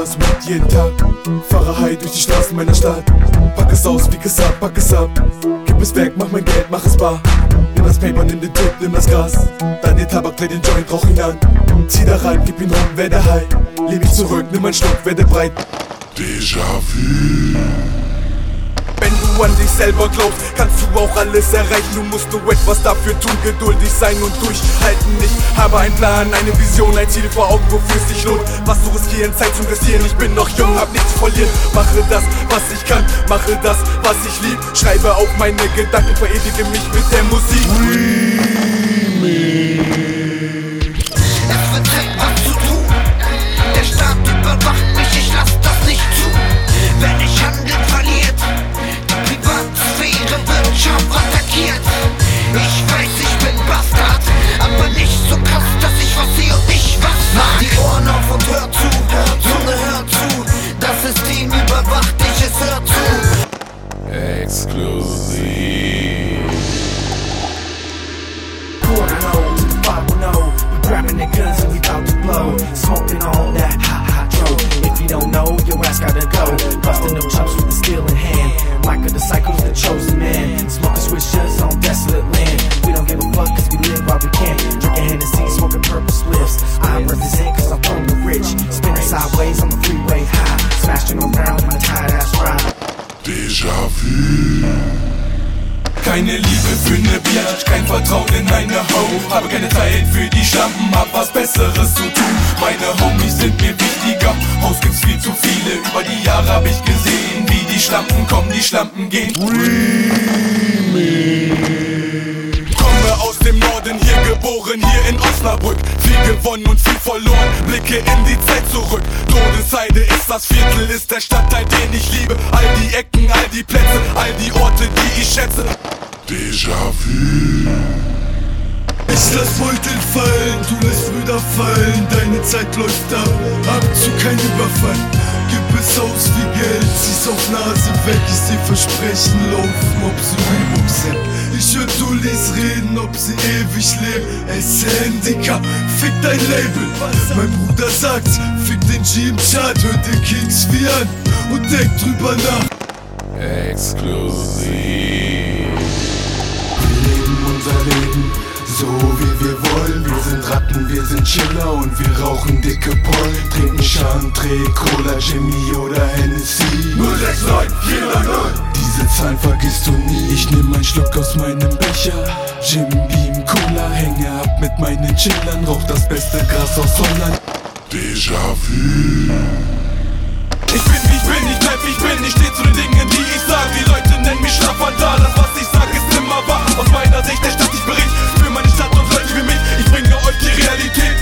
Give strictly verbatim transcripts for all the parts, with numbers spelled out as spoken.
das mit jeden Tag. Fahre high durch die Straßen meiner Stadt. Pack es aus, wieg es ab, pack es ab. Gib es weg, mach mein Geld, mach es bar. Nimm das Paper, nimm den Dip, nimm das Gras. Dann den Tabak, dreh den Joint, rauch ihn an. Zieh da rein, gib ihn rum, werde high. Lehn mich zurück, nimm einen Schluck, werde breit. Déjà-vu. Wenn du an dich selber glaubst, kannst du auch alles erreichen. Du musst nur etwas dafür tun, geduldig sein und durchhalten. Ich habe einen Plan, eine Vision, ein Ziel vor Augen, wofür es sich lohnt. Was zu riskieren, Zeit zu investieren. Ich bin noch jung, hab nichts zu verlieren. Mache das, was ich kann, mache das, was ich lieb. Schreibe auf meine Gedanken, verewige mich mit der Musik. Es wird Zeit, was zu tun. Der Staat überwacht mich, ich lass das nicht zu. Wenn ich Handel verliert, die Privatsphäre wird scharf attackiert. Ich weiß, ich bin Bastard, aber nicht so krass, dass ich was sehe und nicht was sag. Mach die Ohren auf und hör zu, Zunge hör zu. Das System überwacht dich, es hört zu. Exklusiv. Grabbing the guns and we bout to blow. Smoking on that hot, hot dope. If you don't know, your ass gotta go. Busting them chumps with the steel in hand. Micah the Cycle's the chosen man. Smoking swishers on desolate land. We don't give a fuck cause we live while we can. Drinking Hennessy, smoking purple spliffs. I represent cause I'm from the rich. Spinning sideways on the freeway high. Smashing around in a tight ass ride. Déjà-vu. Keine Liebe für ne Biatch, kein Vertrauen in eine Ho. Habe keine Zeit für die Schlampen, hab was Besseres zu tun. Meine Homies sind mir wichtiger, Haus gibt's viel zu viele. Über die Jahre hab ich gesehen, wie die Schlampen kommen, die Schlampen gehen. Komme aus dem Norden, hier geboren, hier in Osnabrück. Viel gewonnen und viel verloren, Blicke in die Zeit zurück. Todesheide ist das Viertel, ist der Stadtteil, den ich liebe. All die Ecken, all die Plätze, all die Orte, die ich schätze. Déjà-vu. Ich lass Beutel fallen, du lässt Brüder fallen. Deine Zeit läuft ab, Abzug kein Überfall. Gib es aus wie Geld, zieh's auf Nase weg. Ich seh Versprechen laufen, ob sie Reebok sind. Ich hör Dullis reden, ob sie ewig leben. Ey Sandika, fick dein Label. Mein Bruder sagt, fick den G im Chart. Hör den Kings wie an und denk drüber nach. Exklusiv. Wir leben unser Leben, so wie wir wollen. Wir sind Ratten, wir sind Chiller und wir rauchen dicke Pollen. Trinken Chantre, Cola, Jimmy oder Hennessy. null sechs neun vier neun null. Diese Zahlen vergisst du nie. Ich nehm einen Schluck aus meinem Becher, Jim Beam Cola, hänge ab mit meinen Chillern, rauch das beste Gras aus Holland. Déjà-vu. Ich bin wie ich bin, ich bleib wie ich bin, ich steh zu den Dingen, die ich sag. Die Leute nennen mich Schlafwandal, das was ich sag ist immer wahr. Aus meiner Sicht der Stadt, ich bericht für meine Stadt und Leute wie mich. Ich bringe euch die Realität.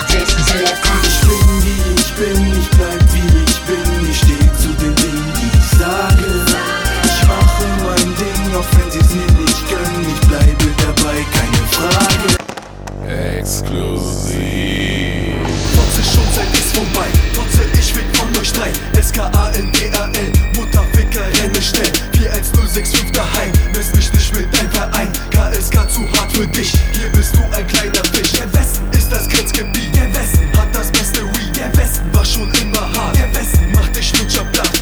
Ich bin wie ich bin, ich bleib wie ich bin. Ich steh zu den Dingen, die ich sage. Ich mache mein Ding, auch wenn sie's mir nicht gönnen. Ich bleibe dabei, keine Frage. Exklusiv. Trotze schon Zeit ist vorbei, trotze ich will von euch drei. S K A N D A L, Mutterficker, renne schnell. vier eins null sechs fünf daheim, miss mich nicht mit deinem Verein. K S K zu hart für dich, hier bist du ein kleiner Fisch. Der Westen ist das Grenzgebiet, der Westen hat das beste Weed. Der Westen war schon immer hart, der Westen macht dich lutscher platt.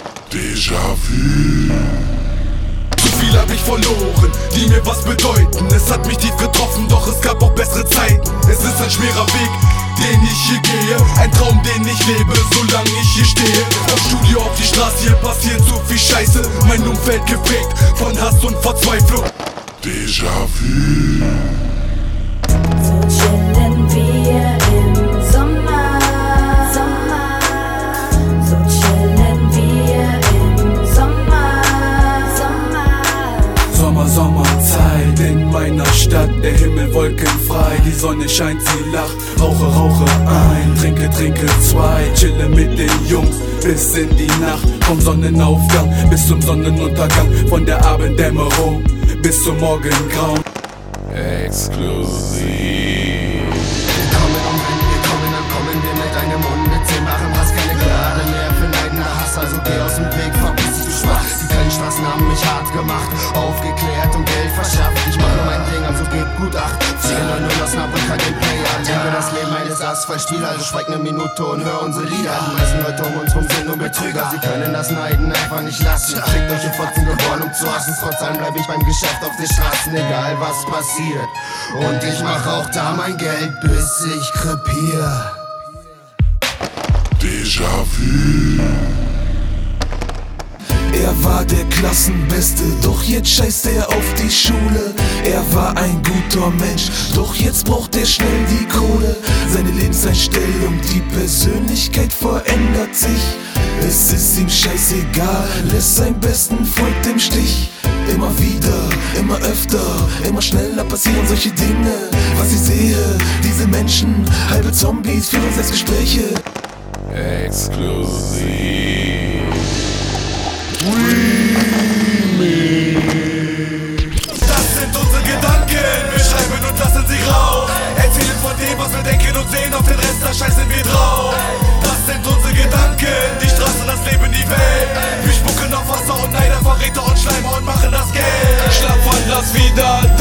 Déjà-vu. Zu viel hab ich verloren, die mir was bedeuten. Es hat mich tief getroffen, doch es gab auch bessere Zeiten. Es ist ein schwerer Weg, den ich hier gehe. Ein Traum, den ich lebe, solange ich hier stehe. Vom Studio auf die Straße, hier passiert so viel Scheiße. Mein Umfeld geprägt von Hass und Verzweiflung. Déjà-vu. So chillen wir im Sommer, Sommer. So chillen wir im Sommer, Sommer. Sommer, Sommerzeit in meiner Stadt, der Himmel wolkenfrei, die Sonne scheint, sie lacht, rauche, rauche ein, trinke, trinke zwei, chille mit den Jungs bis in die Nacht, vom Sonnenaufgang bis zum Sonnenuntergang, von der Abenddämmerung bis zum Morgengrauen. Exklusiv. Wir kommen und wenn wir kommen, dann kommen wir mit einem unbezähmbaren Hass. Keine Gnade mehr für leidender Hass, also geh aus dem Weg, verpiss dich, du Schwach. Die kleinen Straßen haben haben mich hart gemacht, aufgeklärt und Geld verschafft. Ich mache mein Ding, also gebt gut Acht. Ziehe neun null aus Nabrück, den Player. Lebe das Leben eines Asphaltspieler, also schweig ne Minute und hör unsere Lieder. Die meisten Leute um uns rum sind nur Betrüger. Sie können das Neiden einfach nicht lassen. Fickt euch, ihr Fotzen, geboren um zu hassen. Trotz allem bleib ich beim Geschäft auf den Straßen, egal was passiert. Und ich mach auch da mein Geld, bis ich krepier. Déjà-vu. Er war der Klassenbeste, doch jetzt scheißt er auf die Schule. Er war ein guter Mensch, doch jetzt braucht er schnell die Kohle. Seine Lebenseinstellung, die Persönlichkeit verändert sich. Es ist ihm scheißegal, lässt seinen besten Freund im Stich. Immer wieder, immer öfter, immer schneller passieren solche Dinge. Was ich sehe, diese Menschen, halbe Zombies, führen Selbstgespräche. Exklusiv. Das sind unsere Gedanken, wir schreiben und lassen sie raus. Erzählen von dem, was wir denken und sehen, auf den Rest, da scheißen wir drauf. Das sind unsere Gedanken, die Straße, das Leben, die Welt. Wir spucken auf Wasser und Neider, Verräter und Schleimer und machen das Geld. Schlafwandlers wieder